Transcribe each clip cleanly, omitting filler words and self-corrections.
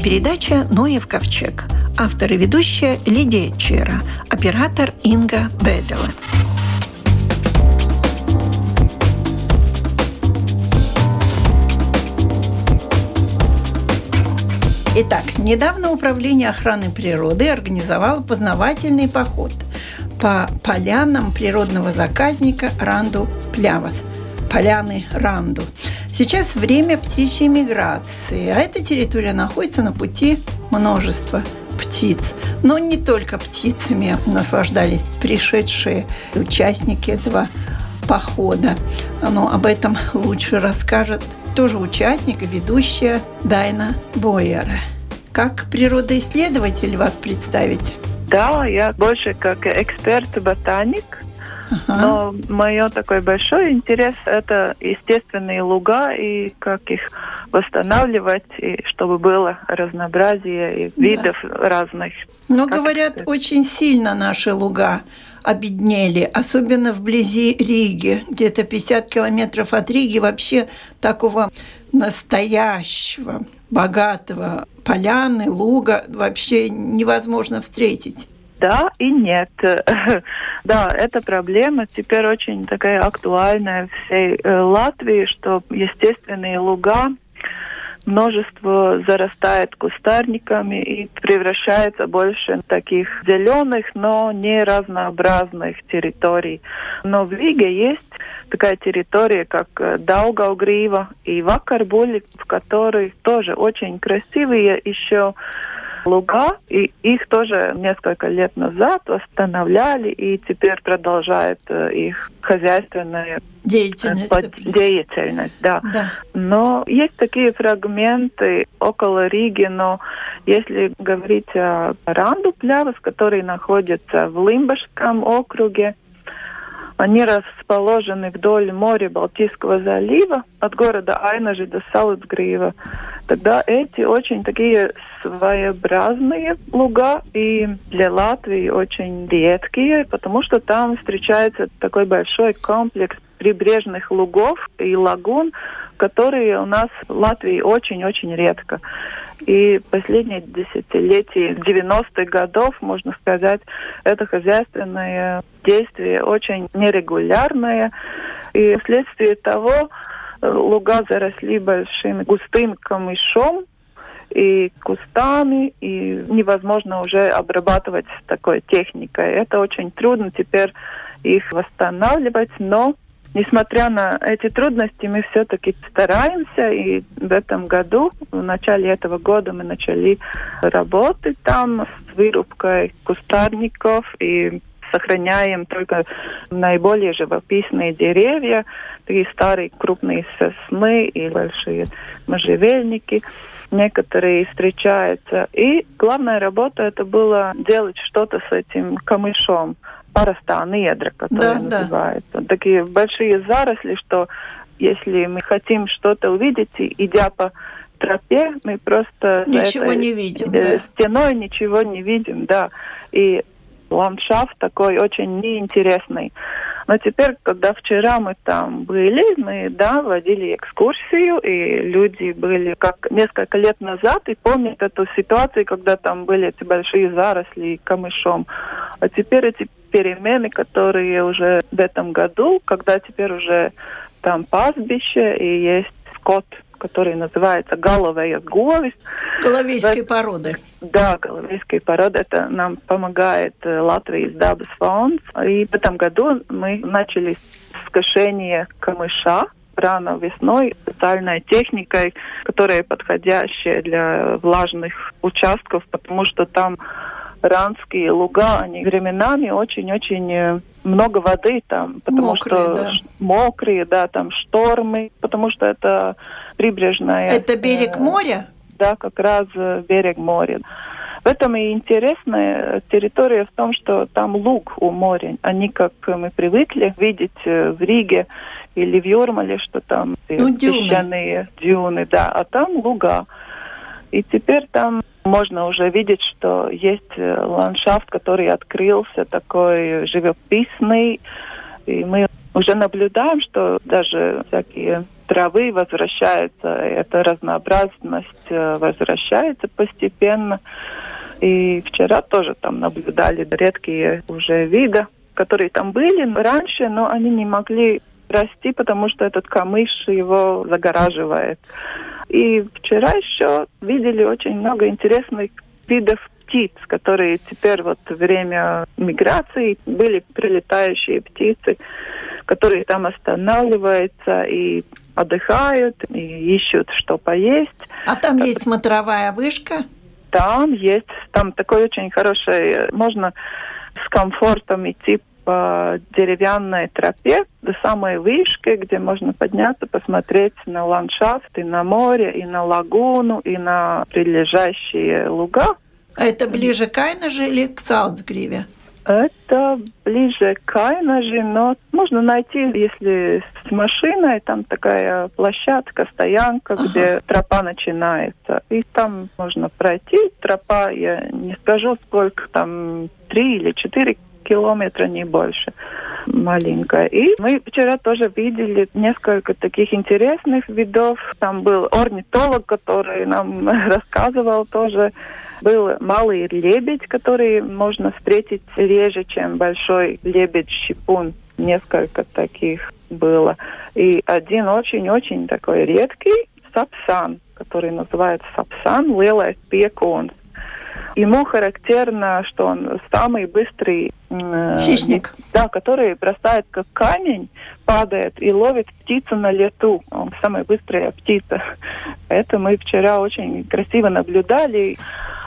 передача «Ноев ковчег». Автор и ведущая Лидия Чера. Оператор Инга Бедела. Итак, недавно Управление охраны природы организовало познавательный поход по полянам природного заказника Ранду-Плявас. Поляны Ранду. Сейчас время птичьей миграции, а эта территория находится на пути множества птиц. Но не только птицами наслаждались пришедшие участники этого похода. Но об этом лучше расскажет тоже участник и ведущая Дайна Бойер. Как природоисследователь вас представить? Да, я больше как эксперт-ботаник. Но мой такой большой интерес – это естественные луга и как их восстанавливать, и чтобы было разнообразие и видов разных. Но, говорят, очень сильно наши луга обеднели, особенно вблизи Риги. Где-то 50 километров от Риги вообще такого настоящего, богатого поляны, луга вообще невозможно встретить. Да и нет. Да, эта проблема теперь очень такая актуальная всей Латвии, что естественные луга, множество зарастает кустарниками и превращается больше в таких зеленых, но не разнообразных территорий. Но в Риге есть такая территория, как Daugavgriva и Vakarbuli, в которой тоже очень красивые еще луга, и их тоже несколько лет назад восстанавливали, и теперь продолжает их хозяйственная деятельность. Да. Но есть такие фрагменты около Риги, но если говорить о Ранду-Плявас, который находится в Лимбашском округе, они расположены вдоль моря Балтийского залива, от города Айнажи до Салицгрива. Тогда эти очень такие своеобразные луга и для Латвии очень редкие, потому что там встречается такой большой комплекс прибрежных лугов и лагун, которые у нас в Латвии очень-очень редко. И последние десятилетия, 90-х годов, можно сказать, это хозяйственное действие очень нерегулярное. И вследствие того луга заросли большим густым камышом и кустами, и невозможно уже обрабатывать такой техникой. Это очень трудно теперь их восстанавливать, но несмотря на эти трудности, мы все-таки стараемся, и в этом году, в начале этого года мы начали работать там с вырубкой кустарников и сохраняем только наиболее живописные деревья, такие старые крупные сосны и большие можжевельники. Некоторые встречаются. И главная работа это было делать что-то с этим камышом. Параста недра, которая называется. Такие большие заросли, что если мы хотим что-то увидеть, идя по тропе, мы просто ничего не видим, стеной ничего не видим, да. И ландшафт такой очень неинтересный. Но теперь, когда вчера мы там были, мы, водили экскурсию, и люди были как несколько лет назад и помнят эту ситуацию, когда там были эти большие заросли камышом. А теперь эти перемены, которые уже в этом году, когда теперь уже там пастбище и есть скот, который называется головая говис. Головейской породы. Да, головейской породы. Это нам помогает Латвийс Dabas фонд. И в этом году мы начали с кошения камыша рано весной специальной техникой, которая подходящая для влажных участков, потому что там ранские луга, они временами очень-очень много воды там, потому мокрые, там штормы, потому что это прибрежная... Это берег моря? Да, как раз берег моря. В этом и интересная территория в том, что там луг у моря, а не как мы привыкли видеть в Риге или в Юрмале, что там песчаные дюны, а там луга. И теперь там можно уже видеть, что есть ландшафт, который открылся, такой живописный. И мы уже наблюдаем, что даже всякие травы возвращается, эта разнообразность возвращается постепенно. И вчера тоже там наблюдали редкие уже виды, которые там были раньше, но они не могли расти, потому что этот камыш его загораживает. И вчера еще видели очень много интересных видов птиц, которые теперь вот время миграции были прилетающие птицы, которые там останавливаются и отдыхают, и ищут, что поесть. А там есть смотровая вышка? Там есть, там такой очень хороший, можно с комфортом идти по деревянной тропе до самой вышки, где можно подняться, посмотреть на ландшафт, и на море, и на лагуну, и на прилежащие луга. А это ближе к Айнаже или к Салцгриве? Это ближе к Айнаже, но можно найти, если с машиной, там такая площадка, стоянка, где тропа начинается. И там можно пройти. Тропа, я не скажу, сколько там, 3 или 4 километра, не больше, маленькая. И мы вчера тоже видели несколько таких интересных видов. Там был орнитолог, который нам рассказывал тоже. Был малый лебедь, который можно встретить реже, чем большой лебедь-щипун. Несколько таких было. И один очень-очень такой редкий сапсан, который называется сапсан лелais piekons. Ему характерно, что он самый быстрый хищник, да, который бросает как камень, падает и ловит птицу на лету. Он самая быстрая птица. Это мы вчера очень красиво наблюдали.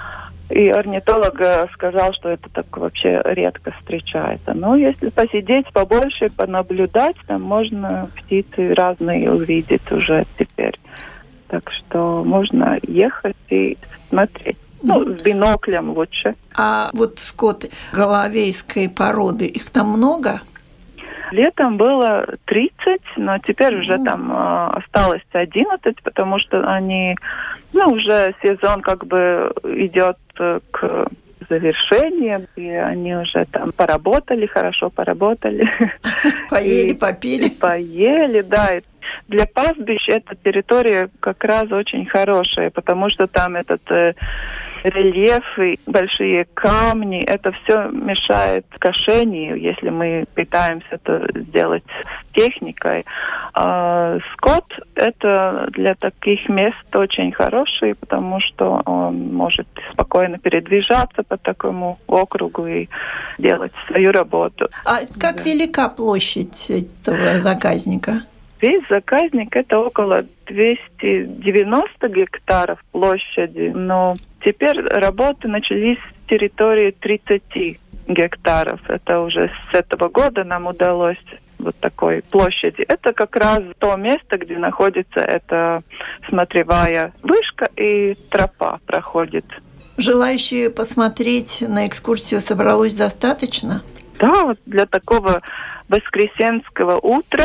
И орнитолог сказал, что это так вообще редко встречается. Но если посидеть побольше, понаблюдать, там можно птицы разные увидеть уже теперь. Так что можно ехать и смотреть. С биноклем лучше. А вот скот головейской породы, их там много? Летом было 30, но теперь уже там осталось 11, потому что они, уже сезон как бы идет к завершению, и они уже там поработали, хорошо поработали. Поели, попили. Поели, да. Для пастбищ эта территория как раз очень хорошая, потому что там этот рельеф и большие камни, это все мешает кошению, если мы пытаемся это сделать с техникой. А скот это для таких мест очень хороший, потому что он может спокойно передвижаться по такому округу и делать свою работу. А как велика площадь этого заказника? Весь заказник это около 290 гектаров площади, но теперь работы начались с территории 30 гектаров. Это уже с этого года нам удалось вот такой площади. Это как раз то место, где находится эта смотровая вышка и тропа проходит. Желающие посмотреть на экскурсию собралось достаточно? Да, вот для такого воскресенского утра,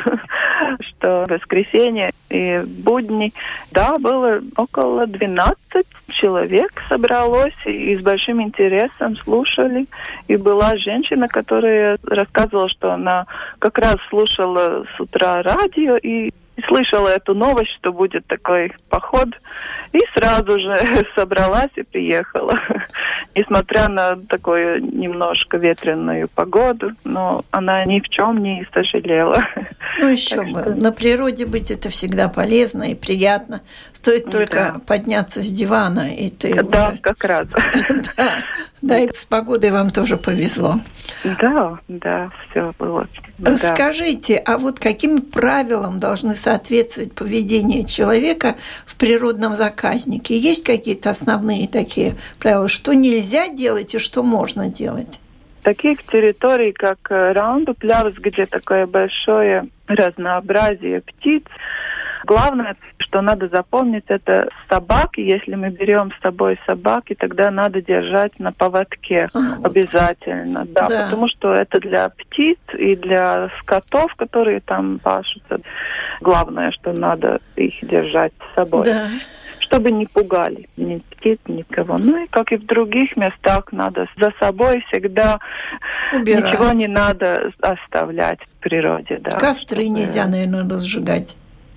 что воскресенье и будни, да, было около 12 человек собралось и с большим интересом слушали. И была женщина, которая рассказывала, что она как раз слушала с утра радио и слышала эту новость, что будет такой поход, и сразу же собралась и приехала. Несмотря на такую немножко ветреную погоду, но она ни в чем не сожалела. Ну еще бы. На природе быть это всегда полезно и приятно. Стоит только подняться с дивана, и ты да, уже... как раз. Да, и с погодой вам тоже повезло. Да, все было. Скажите, а вот каким правилам должны соответствовать поведение человека в природном заказнике? Есть какие-то основные такие правила, что нельзя делать и что можно делать? Таких территорий, как Ранду Пļavas, где такое большое разнообразие птиц, главное, что надо запомнить, это собаки. Если мы берем с собой собаки, тогда надо держать на поводке обязательно. Да, потому что это для птиц и для скотов, которые там пашутся. Главное, что надо их держать с собой. Да. Чтобы не пугали ни птиц, никого. Ну и как и в других местах, надо за собой всегда убирать. Ничего не надо оставлять в природе. Да, костры нельзя, наверное, разжигать.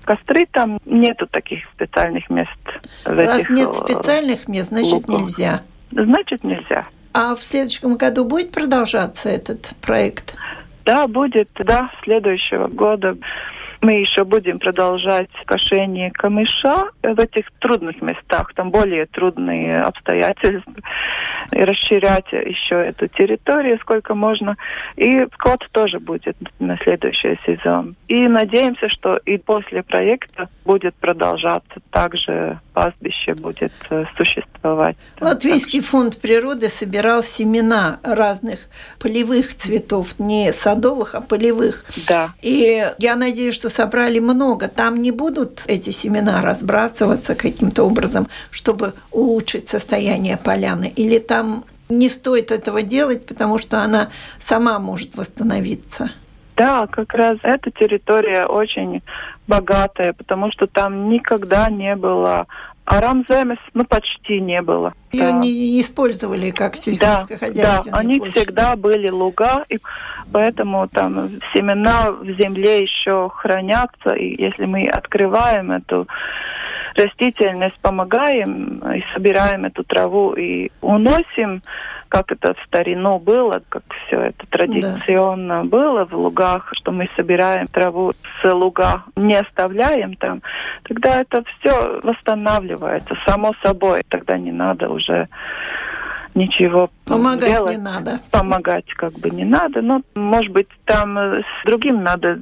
костры, там нету таких специальных мест. Раз нет специальных мест, значит нельзя. Значит нельзя. А в следующем году будет продолжаться этот проект? Да, будет, да, следующего года. Мы еще будем продолжать кошение камыша в этих трудных местах, там более трудные обстоятельства, и расширять еще эту территорию сколько можно. И скот тоже будет на следующий сезон. И надеемся, что и после проекта будет продолжаться, также пастбище будет существовать. Латвийский фонд природы собирал семена разных полевых цветов, не садовых, а полевых. Да. И я надеюсь, что собрали много. Там не будут эти семена разбрасываться каким-то образом, чтобы улучшить состояние поляны? Или там не стоит этого делать, потому что она сама может восстановиться? Да, как раз эта территория очень богатая, потому что там никогда не было арамземес, почти не было. Ее не использовали как сельскохозяйственные Да, они площади. всегда были луга, и поэтому там семена в земле еще хранятся, и если мы открываем эту растительность, помогаем и собираем эту траву и уносим, как это в старину было, как все это традиционно было в лугах, что мы собираем траву с луга, не оставляем там, тогда это все восстанавливается само собой. Тогда не надо уже ничего помогать делать. Не надо. Помогать не надо. Но, может быть, там с другим надо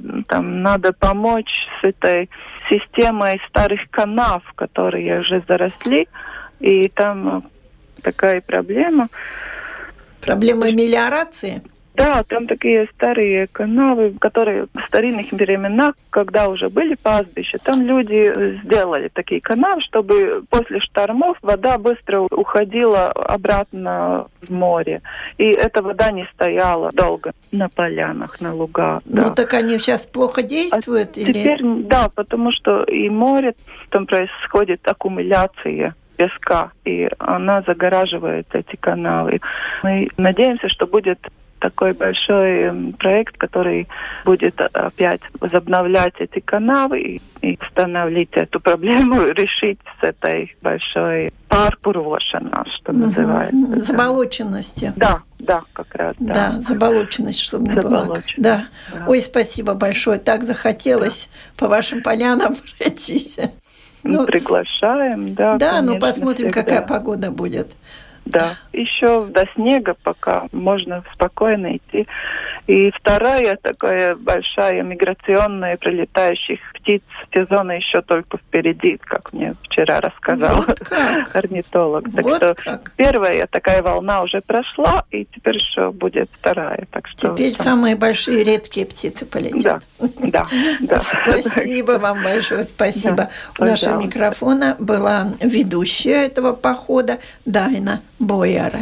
помочь с этой системой старых канав, которые уже заросли. И там такая проблема. Проблема мелиорации? Да, там такие старые канавы, которые в старинных временах, когда уже были пастбища, там люди сделали такие канавы, чтобы после штормов вода быстро уходила обратно в море. И эта вода не стояла долго на полянах, на лугах. Ну так они сейчас плохо действуют? Теперь, да, потому что и море, там происходит аккумуляция песка, и она загораживает эти канавы. Мы надеемся, что будет такой большой проект, который будет опять возобновлять эти канавы и восстановить эту проблему, решить с этой большой pārpurošanās, что называется. Заболоченности. Да, как раз. Да, заболоченность, чтобы не было. Да. Ой, спасибо большое. Так захотелось по вашим полянам пройтись. Приглашаем, да. Да, посмотрим, всегда. Какая погода будет. Да, еще до снега пока можно спокойно идти. И вторая такая большая миграционная прилетающих птиц сезона еще только впереди, как мне вчера рассказал орнитолог. Так что первая такая волна уже прошла, и теперь еще будет вторая. Так что теперь самые большие редкие птицы полетят. Да. Спасибо вам большое, спасибо. У нашего микрофона была ведущая этого похода Дайна Бояра.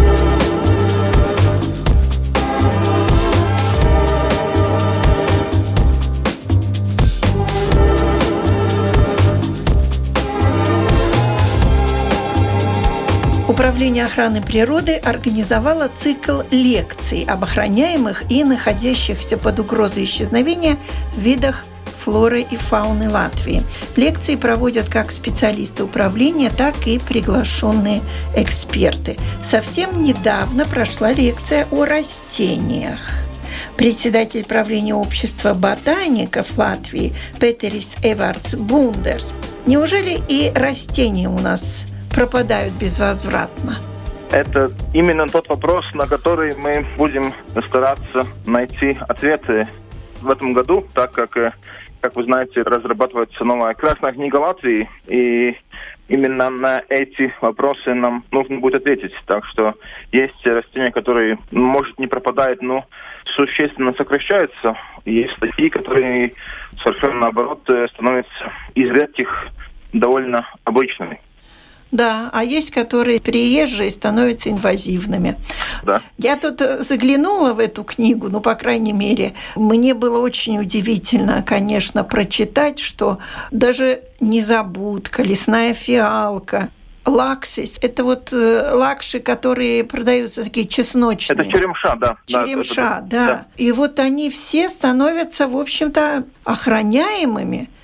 Управление охраны природы организовало цикл лекций об охраняемых и находящихся под угрозой исчезновения видах флоры и фауны Латвии. Лекции проводят как специалисты управления, так и приглашенные эксперты. Совсем недавно прошла лекция о растениях. Председатель правления общества ботаников Латвии Петерис Эвардс Бундерс. Неужели и растения у нас пропадают безвозвратно? Это именно тот вопрос, на который мы будем стараться найти ответы в этом году, так как вы знаете, разрабатывается новая Красная книга Латвии, и именно на эти вопросы нам нужно будет ответить. Так что есть растения, которые, может, не пропадают, но существенно сокращаются. Есть такие, которые совершенно наоборот становятся из редких довольно обычными. Да, а есть, которые приезжие становятся инвазивными. Да. Я тут заглянула в эту книгу, по крайней мере, мне было очень удивительно, конечно, прочитать, что даже незабудка, лесная фиалка, лаксис, это лакши, которые продаются такие чесночные. Это черемша, да. Черемша, да. И они все становятся, в общем-то, охраняемыми.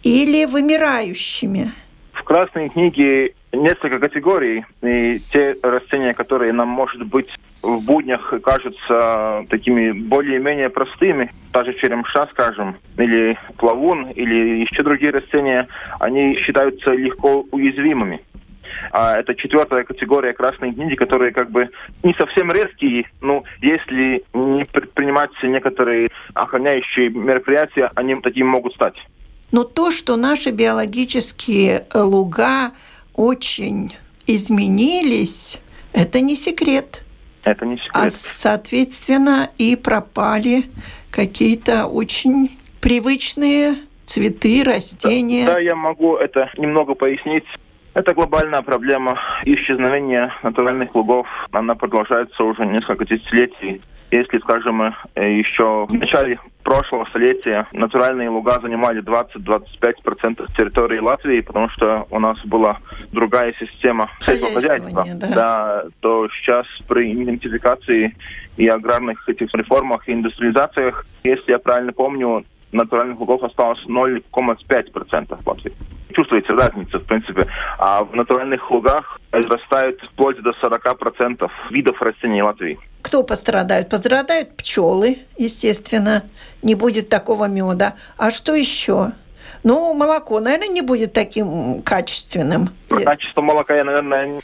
или вымирающими? В Красной книге несколько категорий, и те растения, которые нам, может быть, в буднях кажутся такими более-менее простыми, та же черемша, скажем, или плавун, или еще другие растения, они считаются легко уязвимыми. А это 4-я категория Красной книги, которые как бы не совсем редкие, но если не предпринимать некоторые охраняющие мероприятия, они такими могут стать. Но то, что наши биологические луга очень изменились, это не секрет. Это не секрет. А, соответственно, и пропали какие-то очень привычные цветы, растения. Да, я могу это немного пояснить. Это глобальная проблема исчезновения натуральных лугов. Она продолжается уже несколько десятилетий. Если, скажем, еще в начале прошлого столетия натуральные луга занимали 20-25% территории Латвии, потому что у нас была другая система сельскохозяйства, да, то сейчас при идентификации и аграрных этих реформах и индустриализациях, если я правильно помню, натуральных лугов осталось 0,5% в Латвии. Чувствуется разница, в принципе. А в натуральных лугах растает вплоть до 40% видов растений Латвии. Кто пострадает? Пострадают пчелы, естественно. Не будет такого меда. А что еще? Ну, молоко, наверное, не будет таким качественным. Про качество молока я, наверное,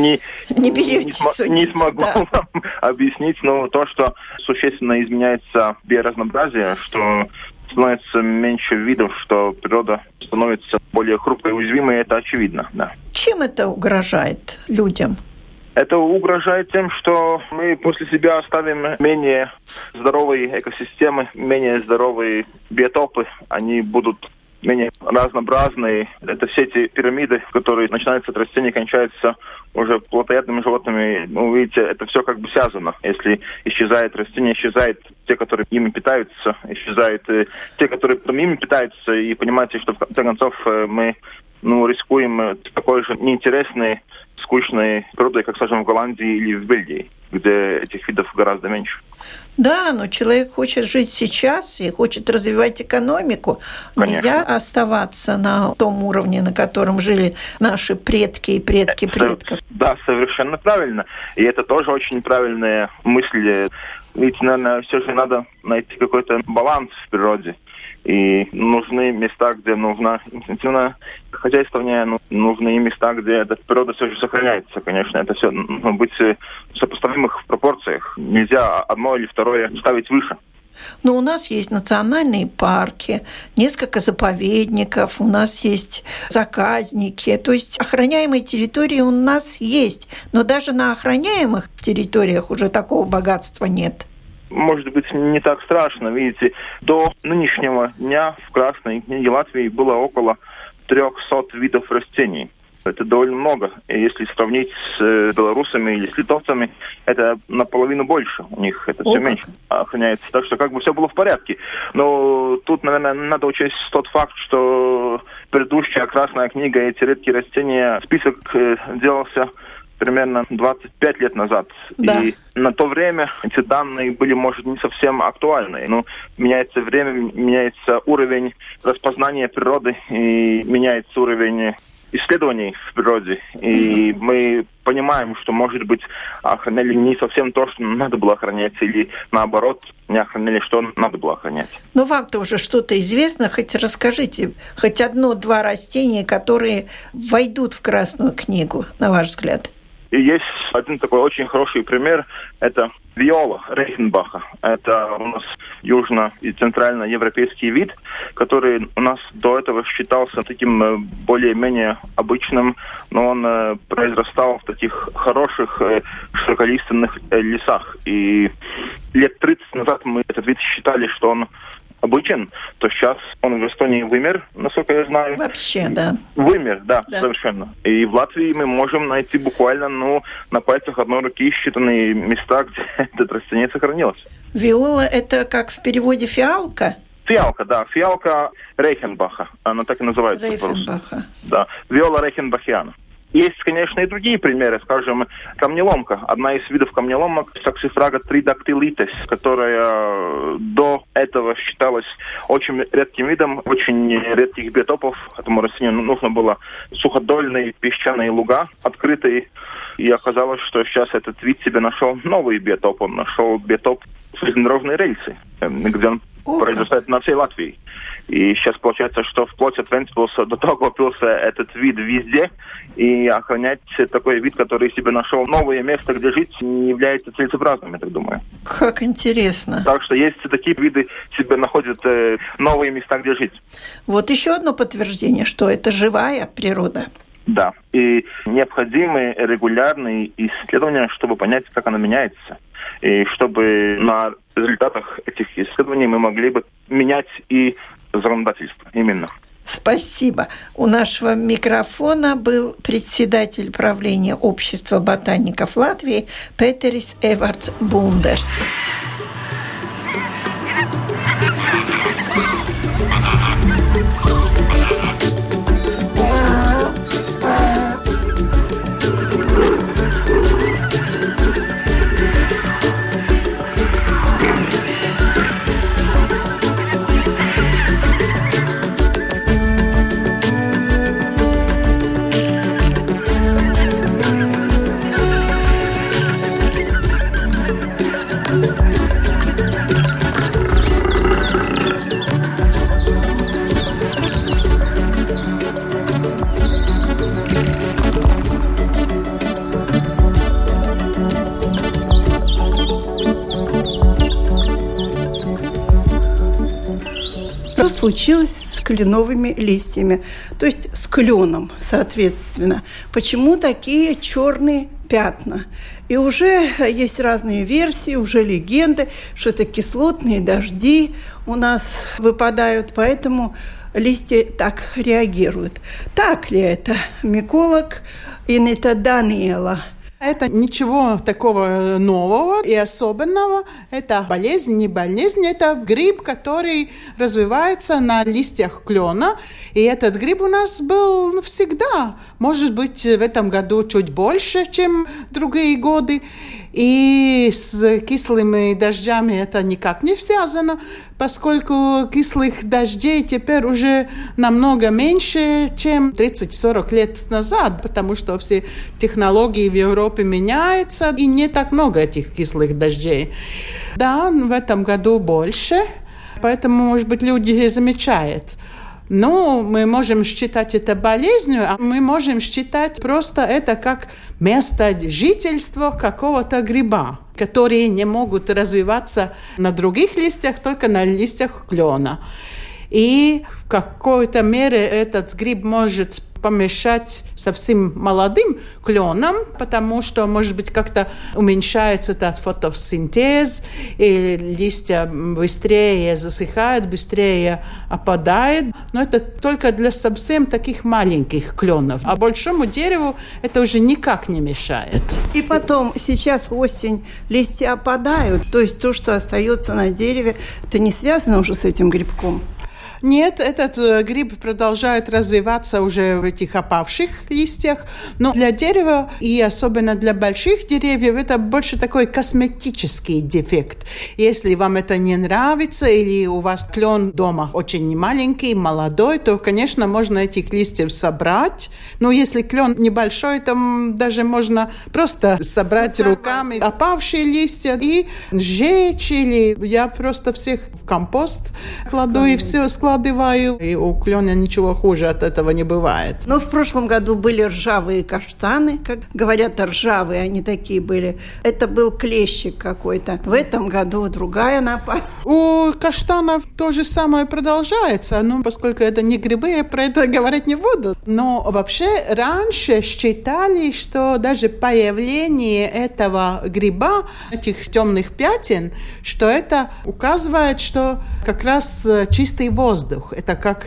не смогу вам объяснить. Но то, что существенно изменяется биоразнообразие, что становится меньше видов, что природа становится более хрупкой и уязвимой, это очевидно, да. Чем это угрожает людям? Это угрожает тем, что мы после себя оставим менее здоровые экосистемы, менее здоровые биотопы. Они будут менее разнообразные. Это все эти пирамиды, которые начинаются от растений, кончаются уже плотоядными животными. Ну, видите, это все как бы связано. Если исчезает растение, исчезают те, которые ими питаются, исчезают те, которые потом ими питаются. И понимаете, что в конце концов мы рискуем такой же неинтересной, скучной природой, как, скажем, в Голландии или в Бельгии, где этих видов гораздо меньше. Да, но человек хочет жить сейчас и хочет развивать экономику. Конечно. Нельзя оставаться на том уровне, на котором жили наши предки и предки предков. Да, совершенно правильно. И это тоже очень правильная мысль. Ведь, наверное, все же надо найти какой-то баланс в природе. И нужны места, где нужно интенсивное хозяйствование, нужны места, где эта природа все же сохраняется. Конечно, это все должно быть в сопоставимых пропорциях. Нельзя одно или второе ставить выше. Но у нас есть национальные парки, несколько заповедников, у нас есть заказники. То есть охраняемые территории у нас есть. Но даже на охраняемых территориях уже такого богатства нет. Может быть, не так страшно. Видите, до нынешнего дня в Красной книге Латвии было около 300 видов растений. Это довольно много. И если сравнить с белорусами или с литовцами, это наполовину больше. У них это все меньше охраняется. Так что как бы все было в порядке. Но тут, наверное, надо учесть тот факт, что предыдущая Красная книга, эти редкие растения, список делался примерно 25 лет назад. Да. И на то время эти данные были, может, не совсем актуальны. Но меняется время, меняется уровень распознания природы и меняется уровень исследований в природе. И мы понимаем, что, может быть, охраняли не совсем то, что надо было охранять, или, наоборот, не охраняли, что надо было охранять. Но вам-то уже что-то известно, хоть расскажите, хоть одно-два растения, которые войдут в Красную книгу, на ваш взгляд? И есть один такой очень хороший пример, это виола Рейхенбаха. Это у нас южно- и центральноевропейский вид, который у нас до этого считался таким более-менее обычным, но он произрастал в таких хороших широколиственных лесах. И лет 30 назад мы этот вид считали, что он обычен, то сейчас он в Эстонии вымер, насколько я знаю. Вообще, да. Вымер, да, совершенно. И в Латвии мы можем найти буквально, на пальцах одной руки считанные места, где это растение сохранилось. Виола – это как в переводе фиалка? Фиалка, да. Фиалка Рейхенбаха. Она так и называется. Рейхенбаха. Да. Виола рейхенбахиана. Есть, конечно, и другие примеры. Скажем, камнеломка. Одна из видов камнеломок Saxifraga tridactylites, которая до этого считалась очень редким видом, очень редких биотопов. Этому растению нужно было суходольные песчаные луга, открытые. И оказалось, что сейчас этот вид себе нашел новый биотоп. Он нашел биотоп железнодорожные рельсы, где он произрастает на всей Латвии. И сейчас получается, что вплоть от Вентспилса до Даугавпилса этот вид везде. И охранять такой вид, который себе нашел новое место, где жить, не является целесообразным, я так думаю. Как интересно. Так что есть такие виды, себе находят новые места, где жить. Вот еще одно подтверждение, что это живая природа. Да. И необходимы регулярные исследования, чтобы понять, как она меняется. И чтобы на результатах этих исследований мы могли бы менять и законодательство. Именно. Спасибо. У нашего микрофона был председатель правления Общества ботаников Латвии Петерис Эвардс Бундерс. Что случилось с кленовыми листьями, то есть с кленом, соответственно? Почему такие черные пятна? И уже есть разные версии, уже легенды, что это кислотные дожди у нас выпадают, поэтому листья так реагируют. Так ли это? Миколог Инета Даниэла. Это ничего такого нового и особенного. Это болезнь, не болезнь. Это гриб, который развивается на листьях клена. И этот гриб у нас был всегда. Может быть, в этом году чуть больше, чем другие годы. И с кислыми дождями это никак не связано, поскольку кислых дождей теперь уже намного меньше, чем 30-40 лет назад, потому что все технологии в Европе меняются, и не так много этих кислых дождей. Да, в этом году больше, поэтому, может быть, люди замечают. Ну, мы можем считать это болезнью, а мы можем считать просто это как место жительства какого-то гриба, которые не могут развиваться на других листьях, только на листьях клена. И в какой-то мере этот гриб может помешать совсем молодым кленам, потому что, может быть, как-то уменьшается этот фотосинтез, и листья быстрее засыхают, быстрее опадают. Но это только для совсем таких маленьких кленов. А большому дереву это уже никак не мешает. И потом, сейчас осень, листья опадают, то есть то, что остается на дереве, это не связано уже с этим грибком? Нет, этот гриб продолжает развиваться уже в этих опавших листьях, но для дерева и особенно для больших деревьев это больше такой косметический дефект. Если вам это не нравится или у вас клен дома очень маленький, молодой, то, конечно, можно этих листьев собрать. Но если клен небольшой, то даже можно просто собрать руками опавшие листья и сжечь, или я просто всех в компост кладу и все складываю. И у клена ничего хуже от этого не бывает. Но в прошлом году были ржавые каштаны, как говорят, ржавые они такие были. Это был клещик какой-то. В этом году другая напасть. У каштанов то же самое продолжается. Ну, поскольку это не грибы, я про это говорить не буду. Но вообще раньше считали, что даже появление этого гриба, этих темных пятен, что это указывает, что как раз чистый воздух. Это как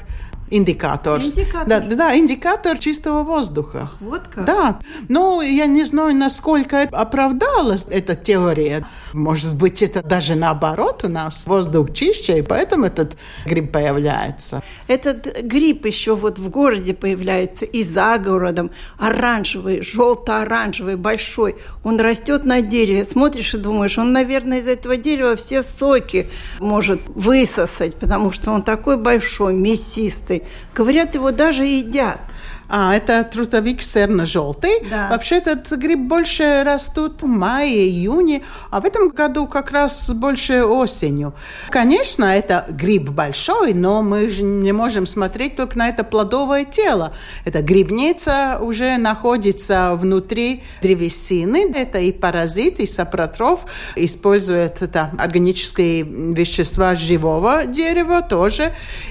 Индикатор. Да, индикатор чистого воздуха. Вот как? Да. Ну, я не знаю, насколько оправдалась эта теория. Может быть, это даже наоборот у нас. Воздух чище, и поэтому этот гриб появляется. Этот гриб еще вот в городе появляется и за городом. Оранжевый, желто-оранжевый, большой. Он растет на дереве. Смотришь и думаешь, он, наверное, из этого дерева все соки может высосать, потому что он такой большой, мясистый. Говорят, его даже едят. Это трутовик серно-желтый. Да. Вообще этот гриб больше растут в мае, июне, а в этом году как раз больше осенью. Конечно, это гриб большой, но мы же не можем смотреть только на это плодовое тело. Эта грибница уже находится внутри древесины. Это и паразит, и сапротроф. Использует органические вещества живого дерева тоже.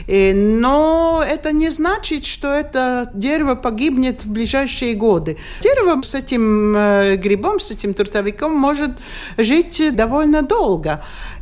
Но это не значит, что это дерево погибнет в ближайшие годы. Дерево с этим грибом, с этим трутовиком может жить довольно долго.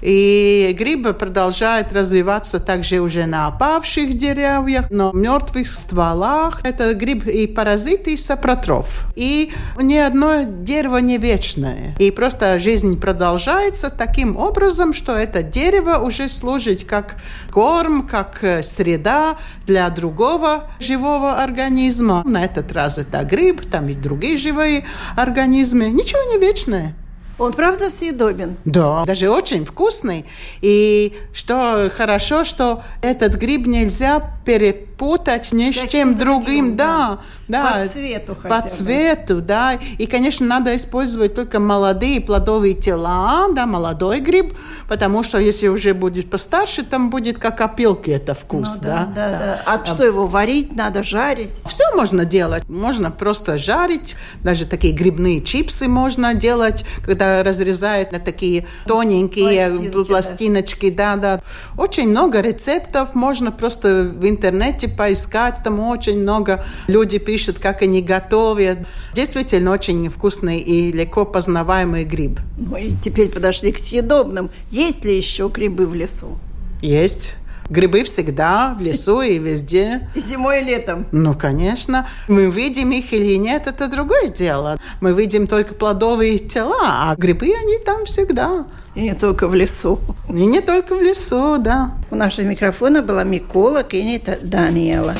И гриб продолжает развиваться также уже на опавших деревьях, на мертвых стволах. Это гриб и паразит, и сапротроф. И ни одно дерево не вечное. И просто жизнь продолжается таким образом, что это дерево уже служит как корм, как среда для другого живого организма. На этот раз это гриб, там и другие живые организмы. Ничего не вечное. Он правда съедобен? Да, даже очень вкусный. И что хорошо, что этот гриб нельзя перепутать ни с чем другим. Да. По цвету хотя бы. По цвету, да. И, конечно, надо использовать только молодые плодовые тела, да, молодой гриб, потому что если уже будет постарше, там будет как опилки это вкус. Да. А что, его варить надо, жарить? Все можно делать. Можно просто жарить. Даже такие грибные чипсы можно делать, когда разрезают на такие тоненькие пластиночки. Да. Очень много рецептов. Можно просто в интернете поискать. Там очень много людей пишут, как они готовят. Действительно очень вкусный и легко познаваемый гриб. Ну и теперь подошли к съедобным. Есть ли еще грибы в лесу? Есть. Грибы всегда в лесу и везде. И зимой, и летом. Ну, конечно. Мы видим их или нет, это другое дело. Мы видим только плодовые тела, а грибы, они там всегда. И не только в лесу. И не только в лесу, да. У нашего микрофона была миколог Инита Даниела.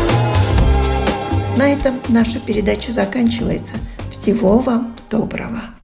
На этом наша передача заканчивается. Всего вам доброго.